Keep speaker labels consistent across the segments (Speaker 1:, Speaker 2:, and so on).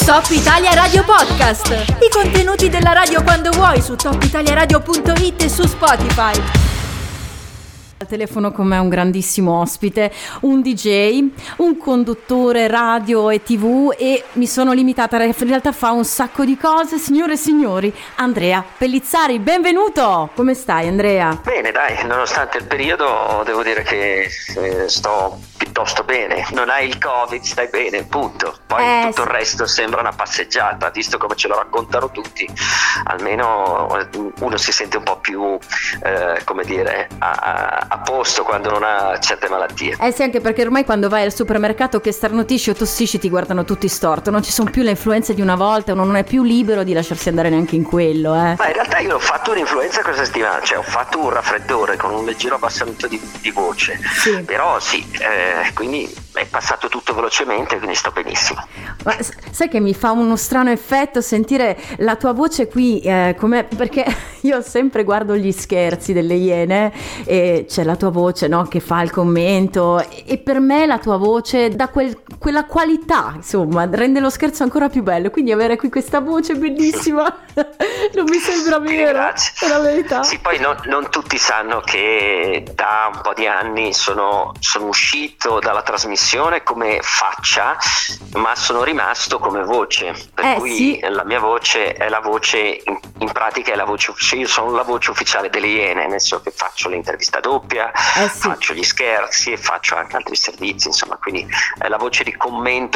Speaker 1: Top Italia Radio Podcast. I contenuti della radio quando vuoi su topitaliaradio.it e su Spotify. Al telefono con me un grandissimo ospite, un DJ, un conduttore radio e TV, e mi sono limitata, in realtà fa un sacco di cose. Signore e signori, Andrea Pellizzari, benvenuto! Come stai, Andrea?
Speaker 2: Bene, dai, nonostante il periodo devo dire che sto piuttosto bene. Non hai il Covid, stai bene, punto. Poi tutto il resto sembra una passeggiata, visto come ce lo raccontano tutti. Almeno uno si sente un po' più, come dire, a posto quando non ha certe malattie.
Speaker 1: Sì, anche perché ormai quando vai al supermercato che starnutisci o tossisci ti guardano tutti storto, non ci sono più le influenze di una volta, uno non è più libero di lasciarsi andare neanche in quello. Ma
Speaker 2: in realtà io ho fatto un'influenza questa settimana, cioè ho fatto un raffreddore con un leggero abbassamento di voce, sì. Però sì, quindi è passato tutto velocemente, quindi sto benissimo.
Speaker 1: Ma sai che mi fa uno strano effetto sentire la tua voce qui, perché io sempre guardo gli scherzi delle Iene e c'è la tua voce, no, che fa il commento, e per me la tua voce dà quella qualità, insomma, rende lo scherzo ancora più bello, quindi avere qui questa voce bellissima non mi sembra vero.
Speaker 2: Grazie.
Speaker 1: È la verità.
Speaker 2: Sì, poi non tutti sanno che da un po' di anni sono uscito dalla trasmissione come faccia, ma sono rimasto come voce, per cui sì. La mia voce è la voce, in pratica è la voce, io sono la voce ufficiale delle Iene, nel senso che faccio l'intervista doppia, sì. Faccio gli scherzi e faccio anche altri servizi, insomma, quindi la voce di commento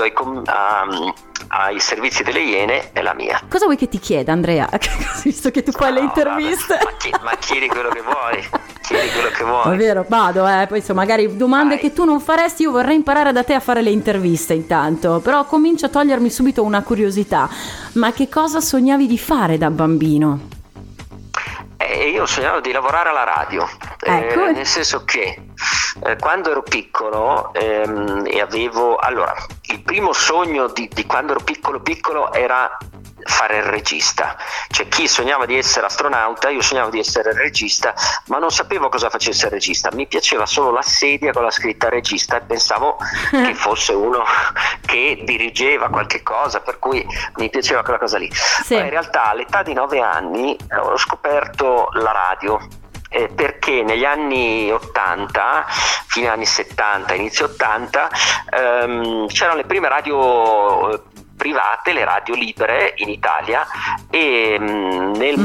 Speaker 2: ai servizi delle Iene è la mia.
Speaker 1: Cosa vuoi che ti chieda, Andrea? Visto che tu fai le interviste.
Speaker 2: Ma chiedi quello che vuoi. Chiedi quello che vuoi.
Speaker 1: È vero, vado, poi insomma, magari domande che tu non faresti, io vorrei imparare da te a fare le interviste intanto, però comincio a togliermi subito una curiosità. Ma che cosa sognavi di fare da bambino?
Speaker 2: Io sognavo di lavorare alla radio,
Speaker 1: ecco.
Speaker 2: Nel senso che quando ero piccolo e avevo, allora, il primo sogno di quando ero piccolo era fare il regista. Cioè, chi sognava di essere astronauta, io sognavo di essere il regista, ma non sapevo cosa facesse il regista. Mi piaceva solo la sedia con la scritta regista e pensavo che fosse uno che dirigeva qualche cosa, per cui mi piaceva quella cosa lì.
Speaker 1: Sì.
Speaker 2: Poi in realtà all'età di 9 anni ho scoperto la radio, perché negli anni 80, fine anni 70, inizio 80, c'erano le prime radio private, le radio libere in Italia, e nel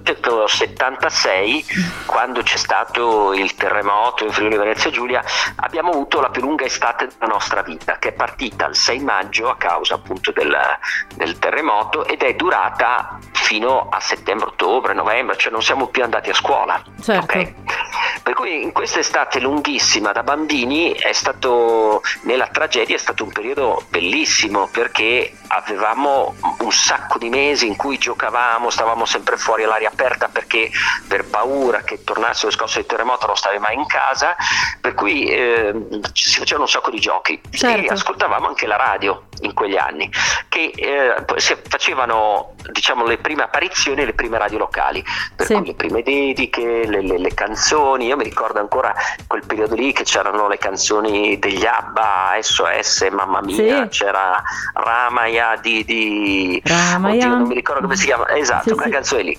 Speaker 2: 1976, quando c'è stato il terremoto in Friuli Venezia Giulia, abbiamo avuto la più lunga estate della nostra vita, che è partita il 6 maggio a causa appunto del terremoto ed è durata fino a settembre, ottobre, novembre, cioè non siamo più andati a scuola.
Speaker 1: Certo.
Speaker 2: Okay? Per cui in questa estate lunghissima da bambini è stato, nella tragedia, è stato un periodo bellissimo, perché avevamo un sacco di mesi in cui giocavamo, stavamo sempre fuori all'aria aperta, perché per paura che tornasse lo scosso del terremoto non stavi mai in casa, per cui si facevano un sacco di giochi.
Speaker 1: Certo.
Speaker 2: E ascoltavamo anche la radio in quegli anni, che si facevano, diciamo, le prime apparizioni, le prime radio locali, per cui le prime dediche, le canzoni. Io mi ricordo ancora quel periodo lì che c'erano le canzoni degli ABBA, SOS, Mamma Mia, c'era Ramaya di
Speaker 1: Ramaya.
Speaker 2: Oddio, non mi ricordo come si chiama, esatto, quella canzone lì.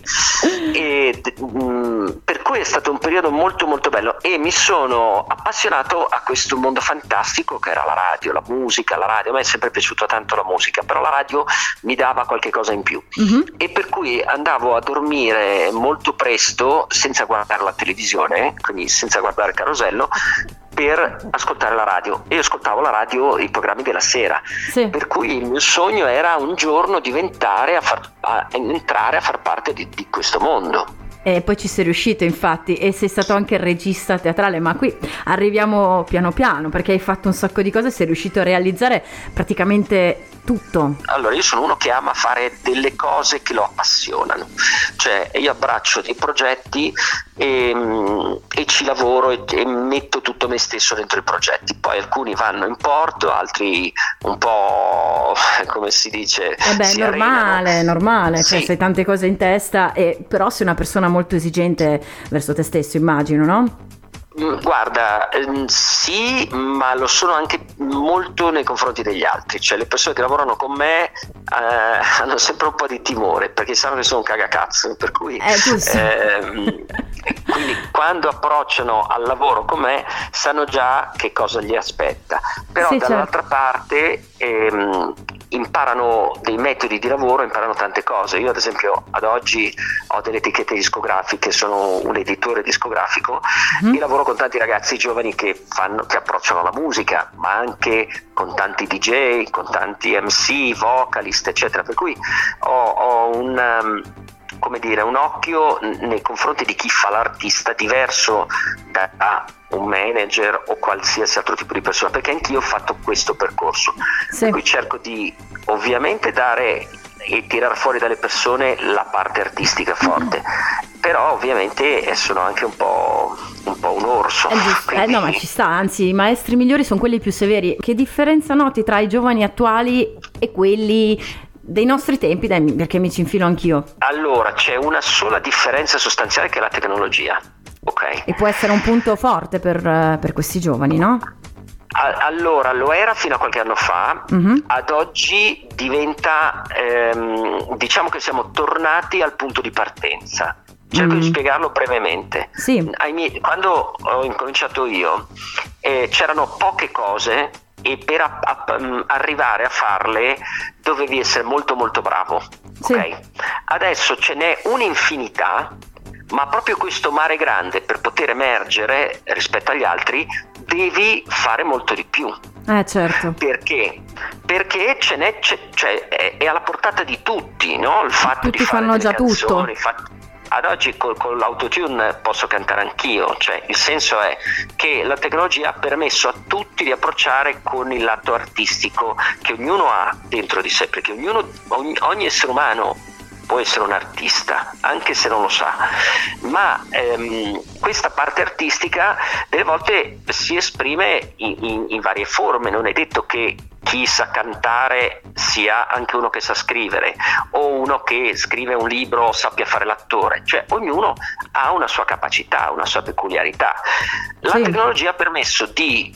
Speaker 2: E per cui è stato un periodo molto molto bello, e mi sono appassionato a questo mondo fantastico che era la radio, la musica, la radio. A me è sempre piaciuta tanto la musica, però la radio mi dava qualche cosa in più, e per cui andavo a dormire molto presto senza guardare la televisione, quindi senza guardare il carosello, per ascoltare la radio. E io ascoltavo la radio, i programmi della sera, per cui il mio sogno era un giorno diventare entrare a far parte di questo mondo.
Speaker 1: E poi ci sei riuscito, infatti, e sei stato anche il regista teatrale, ma qui arriviamo piano piano, perché hai fatto un sacco di cose, sei riuscito a realizzare praticamente tutto.
Speaker 2: Allora, io sono uno che ama fare delle cose che lo appassionano, cioè io abbraccio dei progetti e ci lavoro e metto tutto me stesso dentro i progetti. Poi alcuni vanno in porto, altri un po', come si dice, si
Speaker 1: normale, cioè sei tante cose in testa, però sei una persona molto esigente verso te stesso, immagino, no?
Speaker 2: Guarda, sì, ma lo sono anche molto nei confronti degli altri, cioè le persone che lavorano con me hanno sempre un po' di timore perché sanno che sono un cagacazzo, per cui quindi quando approcciano al lavoro con me sanno già che cosa gli aspetta, però
Speaker 1: sì,
Speaker 2: dall'altra parte imparano dei metodi di lavoro, imparano tante cose. Io ad esempio ad oggi ho delle etichette discografiche, sono un editore discografico e lavoro con tanti ragazzi giovani che approcciano la musica, ma anche con tanti DJ, con tanti MC, vocalist, eccetera, per cui ho un occhio nei confronti di chi fa l'artista diverso da un manager o qualsiasi altro tipo di persona, perché anch'io ho fatto questo percorso, per cui cerco di ovviamente dare e tirar fuori dalle persone la parte artistica forte, però ovviamente sono anche un po' un orso.
Speaker 1: Quindi... no, ma ci sta, anzi i maestri migliori sono quelli più severi. Che differenza noti tra i giovani attuali e quelli dei nostri tempi? Dai, perché mi ci infilo anch'io.
Speaker 2: Allora, c'è una sola differenza sostanziale che è la tecnologia, ok?
Speaker 1: E può essere un punto forte per questi giovani, no?
Speaker 2: Allora, lo era fino a qualche anno fa, ad oggi diventa, diciamo che siamo tornati al punto di partenza. Cerco di spiegarlo brevemente.
Speaker 1: Sì.
Speaker 2: Quando ho incominciato io c'erano poche cose e per arrivare a farle dovevi essere molto molto bravo.
Speaker 1: Sì.
Speaker 2: Okay? Adesso ce n'è un'infinità, ma proprio questo mare grande, per poter emergere rispetto agli altri devi fare molto di più.
Speaker 1: Certo.
Speaker 2: Perché? Perché è alla portata di tutti, no? Il fatto
Speaker 1: tutti
Speaker 2: di fare
Speaker 1: fanno già
Speaker 2: canzoni,
Speaker 1: tutto.
Speaker 2: Ad oggi con l'autotune posso cantare anch'io, cioè il senso è che la tecnologia ha permesso a tutti di approcciare con il lato artistico che ognuno ha dentro di sé, perché ogni essere umano può essere un artista, anche se non lo sa, ma questa parte artistica delle volte si esprime in varie forme. Non è detto che chi sa cantare sia anche uno che sa scrivere, o uno che scrive un libro sappia fare l'attore, cioè ognuno ha una sua capacità, una sua peculiarità. La tecnologia ha permesso di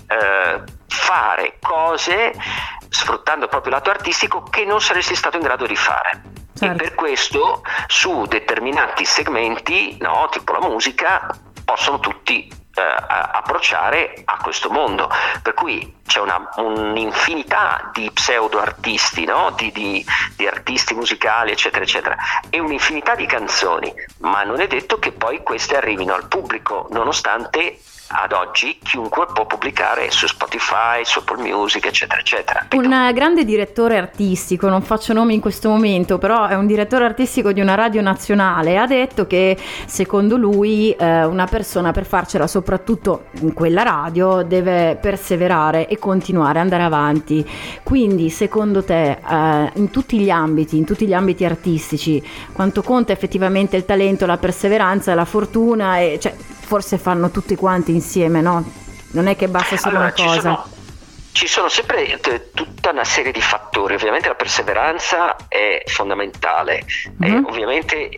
Speaker 2: fare cose sfruttando proprio il lato artistico che non saresti stato in grado di fare. Certo. E per questo su determinati segmenti, no, tipo la musica, possono tutti approcciare a questo mondo, per cui c'è un'infinità di pseudo artisti, no? di artisti musicali, eccetera eccetera, e un'infinità di canzoni, ma non è detto che poi queste arrivino al pubblico, nonostante ad oggi chiunque può pubblicare su Spotify, su Apple Music, eccetera eccetera.
Speaker 1: Un grande direttore artistico, non faccio nomi in questo momento, però è un direttore artistico di una radio nazionale, ha detto che secondo lui una persona, per farcela soprattutto in quella radio, deve perseverare e continuare ad andare avanti. Quindi secondo te in tutti gli ambiti artistici, quanto conta effettivamente il talento, la perseveranza, la fortuna, e cioè forse fanno tutti quanti insieme, no? Non è che basta solo una cosa.
Speaker 2: Ci sono sempre tutta una serie di fattori. Ovviamente la perseveranza è fondamentale, ovviamente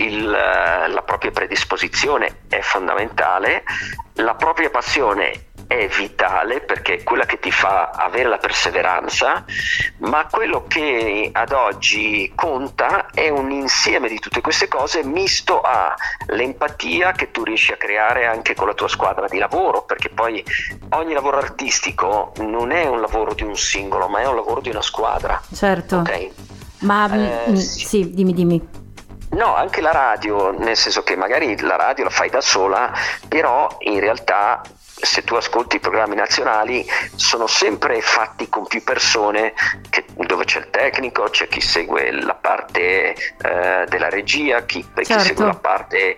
Speaker 2: la propria predisposizione è fondamentale, la propria passione è vitale perché è quella che ti fa avere la perseveranza, ma quello che ad oggi conta è un insieme di tutte queste cose misto all'empatia che tu riesci a creare anche con la tua squadra di lavoro, perché poi ogni lavoro artistico non è un lavoro di un singolo, ma è un lavoro di una squadra.
Speaker 1: Certo.
Speaker 2: Okay?
Speaker 1: Ma sì, dimmi.
Speaker 2: No, anche la radio, nel senso che magari la radio la fai da sola, però in realtà se tu ascolti i programmi nazionali sono sempre fatti con più persone, dove c'è il tecnico, c'è chi segue la parte della regia, chi segue la parte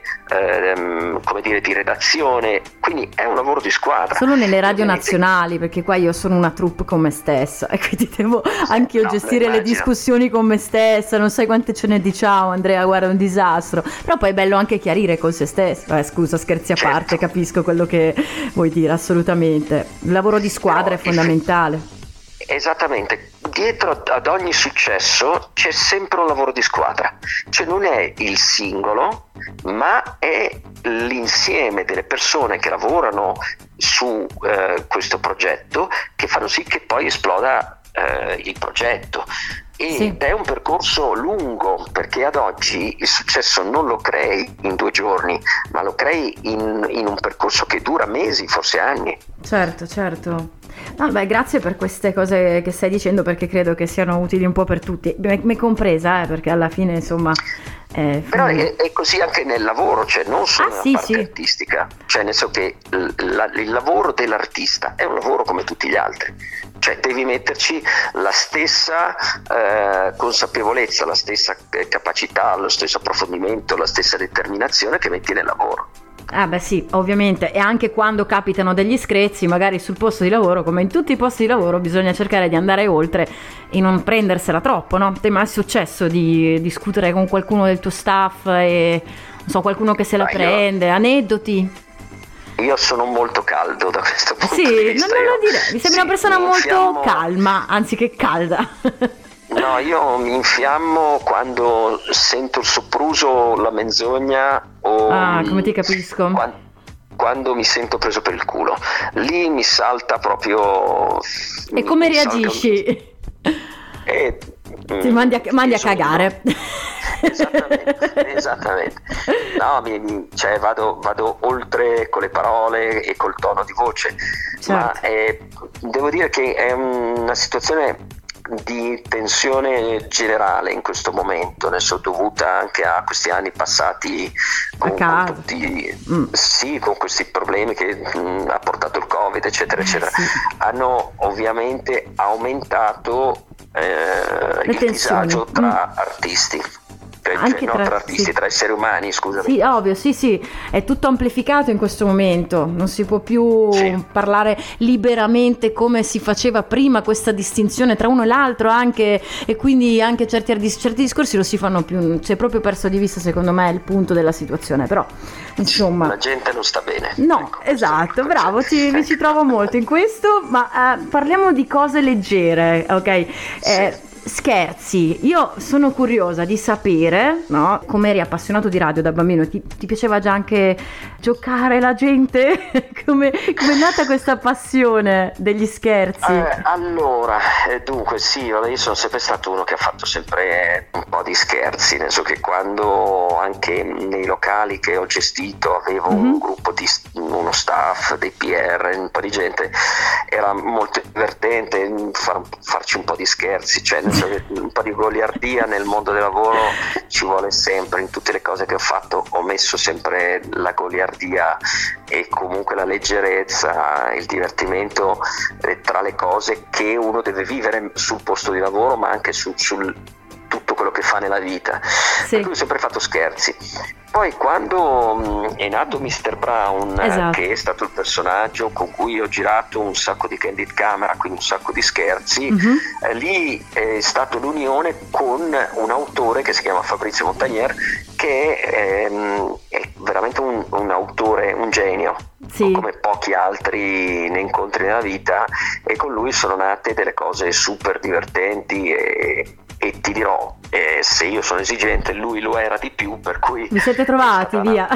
Speaker 2: come dire di redazione, quindi è un lavoro di squadra.
Speaker 1: Solo nelle radio nazionali, perché qua io sono una troupe con me stessa e quindi devo anch'io gestire le discussioni con me stessa, non sai quante ce ne diciamo, Andrea, guarda, è un disastro, però poi è bello anche chiarire con se stessa. Scusa, scherzi a parte, capisco quello che vuoi dire, assolutamente. Il lavoro di squadra è fondamentale.
Speaker 2: Esattamente, dietro ad ogni successo c'è sempre un lavoro di squadra, cioè non è il singolo, ma è l'insieme delle persone che lavorano su questo progetto che fanno sì che poi esploda il progetto. Ed è un percorso lungo, perché ad oggi il successo non lo crei in 2 giorni, ma lo crei in un percorso che dura mesi, forse anni.
Speaker 1: Certo. No, beh, grazie per queste cose che stai dicendo, perché credo che siano utili un po' per tutti, me compresa, perché alla fine insomma...
Speaker 2: Però è così anche nel lavoro, cioè non solo nella parte artistica, cioè nel senso che il lavoro dell'artista è un lavoro come tutti gli altri, cioè devi metterci la stessa consapevolezza, la stessa capacità, lo stesso approfondimento, la stessa determinazione che metti nel lavoro.
Speaker 1: Ah beh sì, ovviamente, e anche quando capitano degli screzi, magari sul posto di lavoro, come in tutti i posti di lavoro, bisogna cercare di andare oltre e non prendersela troppo, no? Ti è mai successo di discutere con qualcuno del tuo staff e non so, qualcuno che se la prende, aneddoti?
Speaker 2: Io sono molto caldo da questo punto di vista.
Speaker 1: Non lo direi, mi sembra una persona molto calma, anziché calda.
Speaker 2: No, io mi infiammo quando sento il sopruso, la menzogna o...
Speaker 1: come ti capisco.
Speaker 2: Quando mi sento preso per il culo. Lì mi salta proprio...
Speaker 1: E come reagisci? Ti mandi a cagare.
Speaker 2: Esattamente. No, vado oltre con le parole e col tono di voce. Certo. Ma devo dire che è una situazione di tensione generale in questo momento, adesso dovuta anche a questi anni passati con questi problemi che ha portato il Covid, eccetera. Hanno ovviamente aumentato il disagio tra artisti.
Speaker 1: Anche
Speaker 2: tra artisti, tra esseri umani, scusami.
Speaker 1: Sì, ovvio, sì, è tutto amplificato in questo momento, non si può più parlare liberamente come si faceva prima, questa distinzione tra uno e l'altro, anche, e quindi anche certi discorsi non si fanno più, si è proprio perso di vista, secondo me, il punto della situazione, però insomma...
Speaker 2: La gente non sta bene.
Speaker 1: No, ecco, esatto, bravo, mi ci trovo molto in questo, ma parliamo di cose leggere, ok? Sì. Scherzi, io sono curiosa di sapere, no? Come eri appassionato di radio da bambino, ti piaceva già anche giocare la gente? Come è nata questa passione degli scherzi?
Speaker 2: Allora, dunque sì, io sono sempre stato uno che ha fatto sempre un po' di scherzi, nel senso che quando anche nei locali che ho gestito avevo un gruppo di uno staff, dei PR, un po' di gente, era molto divertente farci un po' di scherzi, cioè un po' di goliardia nel mondo del lavoro ci vuole sempre. In tutte le cose che ho fatto ho messo sempre la goliardia e comunque la leggerezza, il divertimento tra le cose che uno deve vivere sul posto di lavoro, ma anche sul tutto quello che fa nella vita. Per cui ho sempre fatto scherzi. Poi quando è nato Mr. Brown, che è stato il personaggio con cui ho girato un sacco di candid camera, quindi un sacco di scherzi, lì è stata l'unione con un autore che si chiama Fabrizio Montagnier, che è veramente un autore, un genio, come pochi altri ne incontri nella vita, e con lui sono nate delle cose super divertenti e ti dirò, se io sono esigente lui lo era di più, per cui
Speaker 1: vi siete trovati via.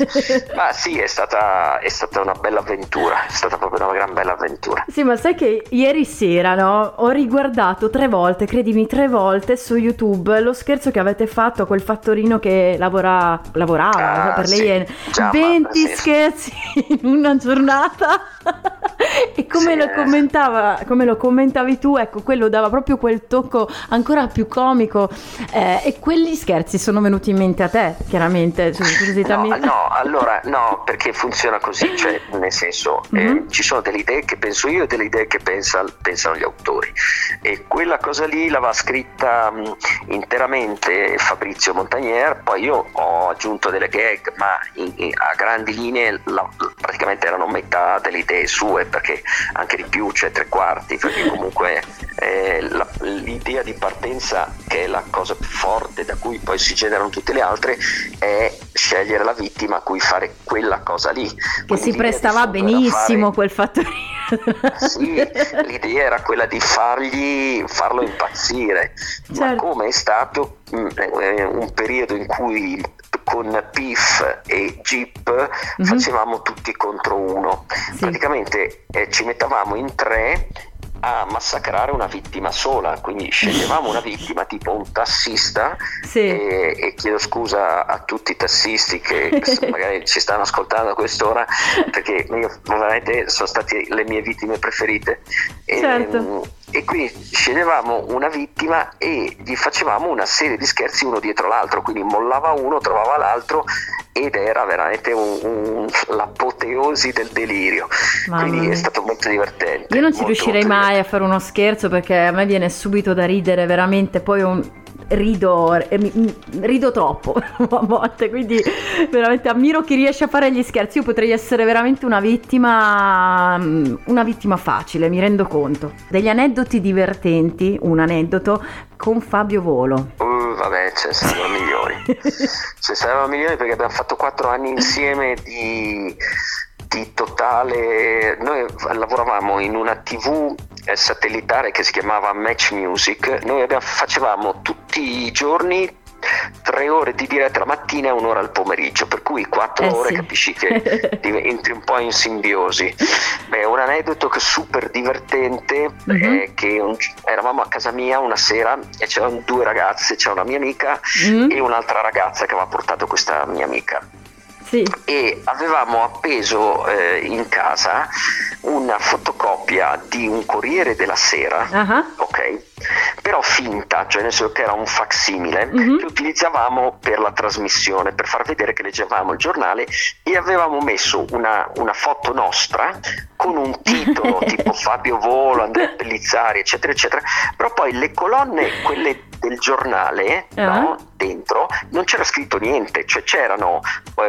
Speaker 2: Ma sì, è stata una bella avventura, è stata proprio una gran bella avventura.
Speaker 1: Sì, ma sai che ieri sera, no, ho riguardato 3 volte, credimi, 3 volte su YouTube lo scherzo che avete fatto a quel fattorino che lavorava per le Iene. 20 scherzi in una giornata. E come lo commentavi tu, ecco, quello dava proprio quel tocco ancora più comico, e quegli scherzi sono venuti in mente a te, chiaramente,
Speaker 2: No, perché funziona così, cioè nel senso ci sono delle idee che penso io e delle idee che pensano gli autori, e quella cosa lì l'aveva scritta interamente Fabrizio Montagnier, poi io ho aggiunto delle gag, ma a grandi linee praticamente erano metà delle idee sue, perché anche di più, cioè 3/4, perché comunque l'idea di partenza, che è la cosa più forte da cui poi si generano tutte le altre, è scegliere la vittima a cui fare quella cosa lì.
Speaker 1: Che si prestava benissimo quel fattorino.
Speaker 2: Sì, l'idea era quella di farlo impazzire,
Speaker 1: Certo.
Speaker 2: ma come è stato un periodo in cui con Piff e Jeep facevamo tutti contro uno.
Speaker 1: Sì.
Speaker 2: Praticamente ci mettavamo in 3 a massacrare una vittima sola, quindi sceglievamo una vittima tipo un tassista.
Speaker 1: Sì.
Speaker 2: E chiedo scusa a tutti i tassisti che magari ci stanno ascoltando a quest'ora, perché io veramente sono stati le mie vittime preferite.
Speaker 1: Certo.
Speaker 2: E quindi sceglievamo una vittima e gli facevamo una serie di scherzi uno dietro l'altro, quindi mollava uno, trovava l'altro, ed era veramente l'apoteosi del delirio.
Speaker 1: Mamma
Speaker 2: Quindi
Speaker 1: mia.
Speaker 2: è stato molto divertente.
Speaker 1: Io non ci
Speaker 2: molto,
Speaker 1: riuscirei
Speaker 2: molto
Speaker 1: mai a fare uno scherzo, perché a me viene subito da ridere veramente, poi rido troppo a volte, quindi veramente ammiro chi riesce a fare gli scherzi. Io potrei essere veramente una vittima facile, mi rendo conto. Degli aneddoti divertenti, un aneddoto con Fabio Volo.
Speaker 2: Vabbè, ce ne saranno milioni. Ce ne saranno milioni, perché abbiamo fatto 4 anni insieme di totale. Noi lavoravamo in una TV satellitare che si chiamava Match Music. Noi facevamo tutti i giorni 3 ore di diretta la mattina e 1 ora al pomeriggio, per cui 4 ore,
Speaker 1: sì.
Speaker 2: Capisci che entri un po' in simbiosi. Beh, un aneddoto che è super divertente è che eravamo a casa mia una sera e c'erano 2 ragazze, c'era una mia amica e un'altra ragazza che aveva portato questa mia amica.
Speaker 1: Sì.
Speaker 2: E avevamo appeso in casa una fotocopia di un Corriere della Sera, ok? Però finta, cioè nel senso che era un facsimile che utilizzavamo per la trasmissione, per far vedere che leggevamo il giornale, e avevamo messo una foto nostra con un titolo tipo Fabio Volo, Andrea Pellizzari, eccetera eccetera, però poi le colonne, quelle del giornale, no, dentro non c'era scritto niente, cioè c'erano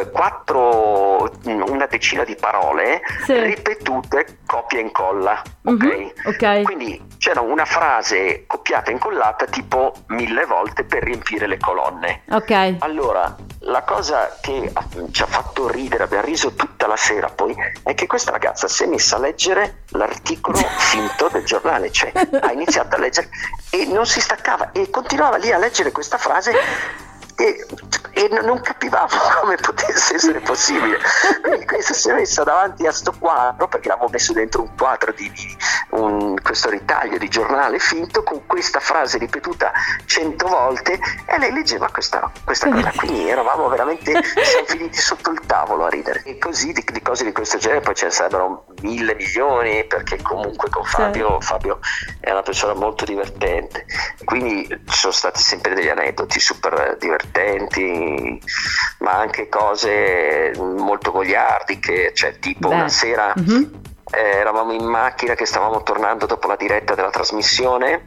Speaker 2: una decina di parole ripetute copia e incolla,
Speaker 1: ok?
Speaker 2: Quindi c'era una frase copiata e incollata tipo 1000 volte per riempire le colonne.
Speaker 1: Ok.
Speaker 2: Allora, la cosa che ci ha fatto ridere, abbiamo riso tutta la sera poi, è che questa ragazza si è messa a leggere l'articolo finto del giornale, cioè ha iniziato a leggere e non si staccava e continuava lì a leggere questa frase e non capivamo come potesse essere possibile. Quindi questa si è messa davanti a sto quadro, perché l'avevo messo dentro un quadro di questo ritaglio di giornale finto con questa frase ripetuta 100 volte, e lei leggeva questa cosa. Quindi eravamo veramente, siamo finiti sotto il tavolo a ridere. E così di cose di questo genere poi ce ne sarebbero 1000 milioni, perché comunque con Fabio è una persona molto divertente, quindi ci sono stati sempre degli aneddoti super divertenti, ma anche cose molto goliardiche, cioè tipo una sera eravamo in macchina che stavamo tornando dopo la diretta della trasmissione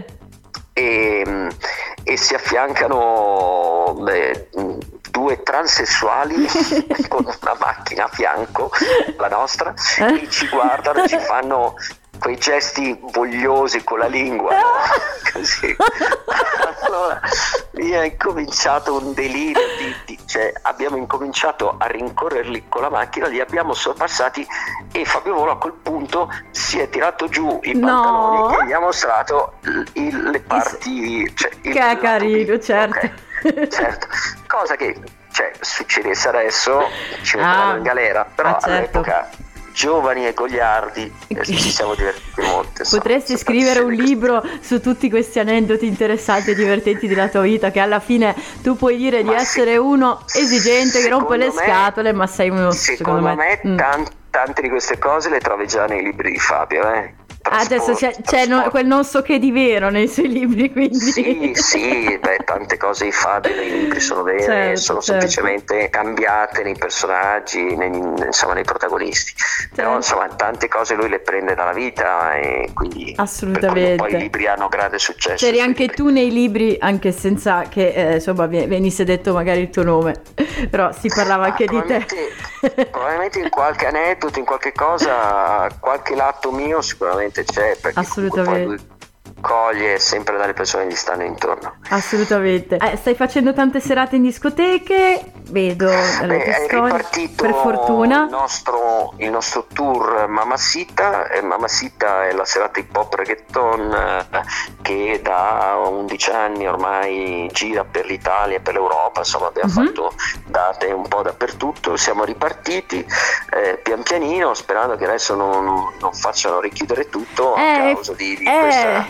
Speaker 2: e si affiancano 2 transessuali con una macchina a fianco, la nostra, e ci guardano e ci fanno quei gesti vogliosi con la lingua, no? Così. Allora lì è incominciato un delirio cioè abbiamo incominciato a rincorrerli con la macchina, li abbiamo sorpassati e Fabio Volo a quel punto si è tirato giù i pantaloni e gli ha mostrato le parti, cioè
Speaker 1: che è carino, certo.
Speaker 2: Okay. Certo, cosa che succedesse adesso ci metteranno in galera, però all'epoca giovani e goliardi ci siamo divertiti molto.
Speaker 1: Potresti scrivere un libro su tutti questi aneddoti interessanti e divertenti della tua vita, che alla fine tu puoi dire di essere uno esigente che rompe le scatole, ma sei uno,
Speaker 2: secondo me tante di queste cose le trovi già nei libri di Fabio,
Speaker 1: Adesso c'è quel non so che di vero nei suoi libri, quindi
Speaker 2: sì, tante cose di Fabio nei libri sono vere, sono semplicemente cambiate nei personaggi, nei protagonisti, però insomma tante cose lui le prende dalla vita e quindi
Speaker 1: assolutamente
Speaker 2: poi i libri hanno grande successo.
Speaker 1: C'eri anche tu nei libri, anche senza che insomma venisse detto magari il tuo nome, però si parlava anche di te.
Speaker 2: Probabilmente in qualche aneddoto, in qualche cosa, qualche lato mio sicuramente c'è, perché
Speaker 1: assolutamente
Speaker 2: poi lui coglie sempre dalle persone che gli stanno intorno.
Speaker 1: Assolutamente. Stai facendo tante serate in discoteche, vedo dalle tue
Speaker 2: è
Speaker 1: storie,
Speaker 2: ripartito
Speaker 1: per fortuna.
Speaker 2: il nostro tour Mamacita. Mamacita è la serata hip hop reggaeton che da 11 anni ormai gira per l'Italia e per l'Europa, insomma abbiamo fatto date un po' dappertutto, siamo ripartiti pian pianino, sperando che adesso non facciano richiudere tutto a causa di questa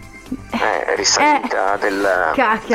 Speaker 2: risalita del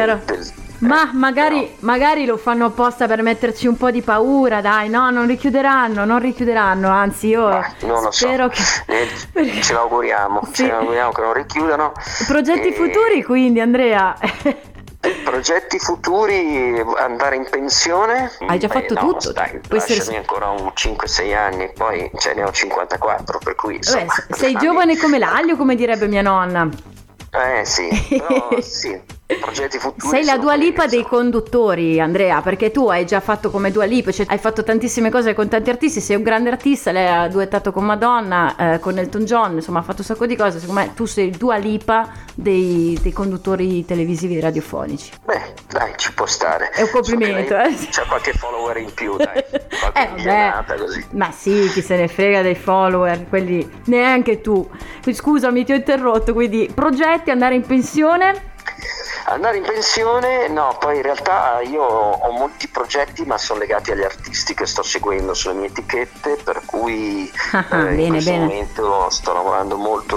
Speaker 1: ma magari lo fanno apposta per metterci un po' di paura, dai, no, non richiuderanno, anzi io
Speaker 2: non lo
Speaker 1: spero
Speaker 2: so.
Speaker 1: che
Speaker 2: ce l'auguriamo che non richiudano.
Speaker 1: Progetti futuri quindi, Andrea?
Speaker 2: Progetti futuri, andare in pensione.
Speaker 1: Hai già fatto tutto?
Speaker 2: Dai, lasciami ancora un 5-6 anni, poi ne ho 54, per cui insomma,
Speaker 1: sei giovane come l'aglio, come direbbe mia nonna.
Speaker 2: Sì, però sì, progetti futuri.
Speaker 1: Sei la Dua Lipa dei conduttori, Andrea, perché tu hai già fatto come Dua Lipa, cioè hai fatto tantissime cose con tanti artisti, sei un grande artista, lei ha duettato con Madonna, con Elton John, insomma ha fatto un sacco di cose, secondo me tu sei il Dua Lipa dei conduttori televisivi e radiofonici.
Speaker 2: Beh, dai, ci può stare.
Speaker 1: È un complimento,
Speaker 2: C'è qualche follower in più, dai. Qualche così.
Speaker 1: Ma sì, chi se ne frega dei follower, quelli neanche tu. Scusami, ti ho interrotto, quindi progetti, andare in pensione?
Speaker 2: Andare in pensione, no, poi in realtà io ho molti progetti ma sono legati agli artisti che sto seguendo sulle mie etichette, per cui in questo momento sto lavorando molto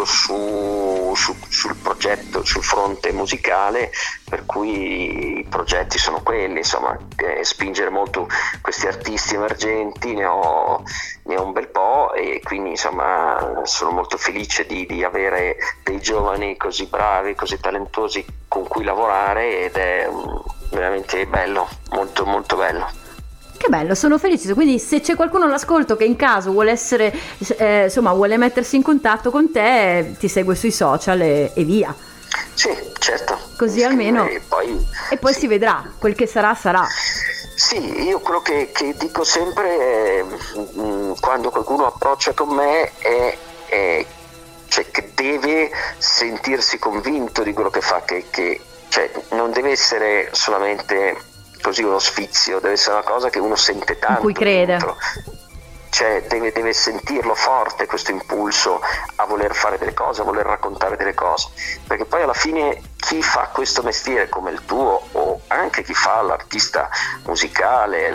Speaker 2: sul progetto, sul fronte musicale, per cui i progetti sono quelli, insomma, spingere molto questi artisti emergenti, ne ho un bel po', e quindi insomma sono molto felice di avere dei giovani così bravi, così talentuosi con cui lavorare, ed è veramente bello, molto molto bello.
Speaker 1: Che bello, sono felice. Quindi se c'è qualcuno all'ascolto che in caso vuole essere vuole mettersi in contatto con te, ti segue sui social e via.
Speaker 2: Sì, certo.
Speaker 1: Così almeno
Speaker 2: e poi
Speaker 1: si vedrà, quel che sarà.
Speaker 2: Sì, io quello che dico sempre quando qualcuno approccia con me è cioè che deve sentirsi convinto di quello che fa, che cioè non deve essere solamente così uno sfizio, deve essere una cosa che uno sente tanto, in cui crede dentro. Cioè deve sentirlo forte questo impulso a voler fare delle cose, a voler raccontare delle cose, perché poi alla fine chi fa questo mestiere come il tuo, o anche chi fa l'artista musicale,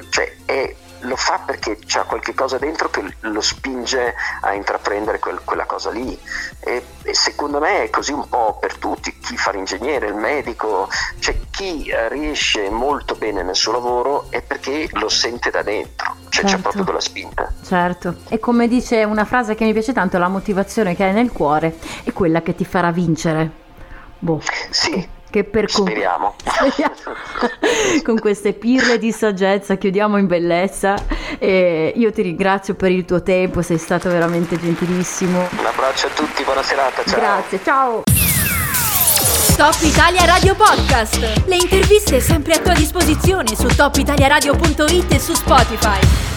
Speaker 2: lo fa perché c'ha qualche cosa dentro che lo spinge a intraprendere quella cosa lì, e secondo me è così un po' per tutti, chi fa l'ingegnere, il medico, cioè chi riesce molto bene nel suo lavoro è perché lo sente da dentro, cioè c'è proprio quella spinta. Certo,
Speaker 1: e come dice una frase che mi piace tanto, la motivazione che hai nel cuore è quella che ti farà vincere.
Speaker 2: Sì.
Speaker 1: Speriamo. Con queste pirle di saggezza chiudiamo in bellezza, e io ti ringrazio per il tuo tempo, sei stato veramente gentilissimo.
Speaker 2: Un abbraccio a tutti, buona serata, ciao.
Speaker 1: Grazie, ciao.
Speaker 3: Top Italia Radio Podcast, le interviste sempre a tua disposizione su topitaliaradio.it e su Spotify.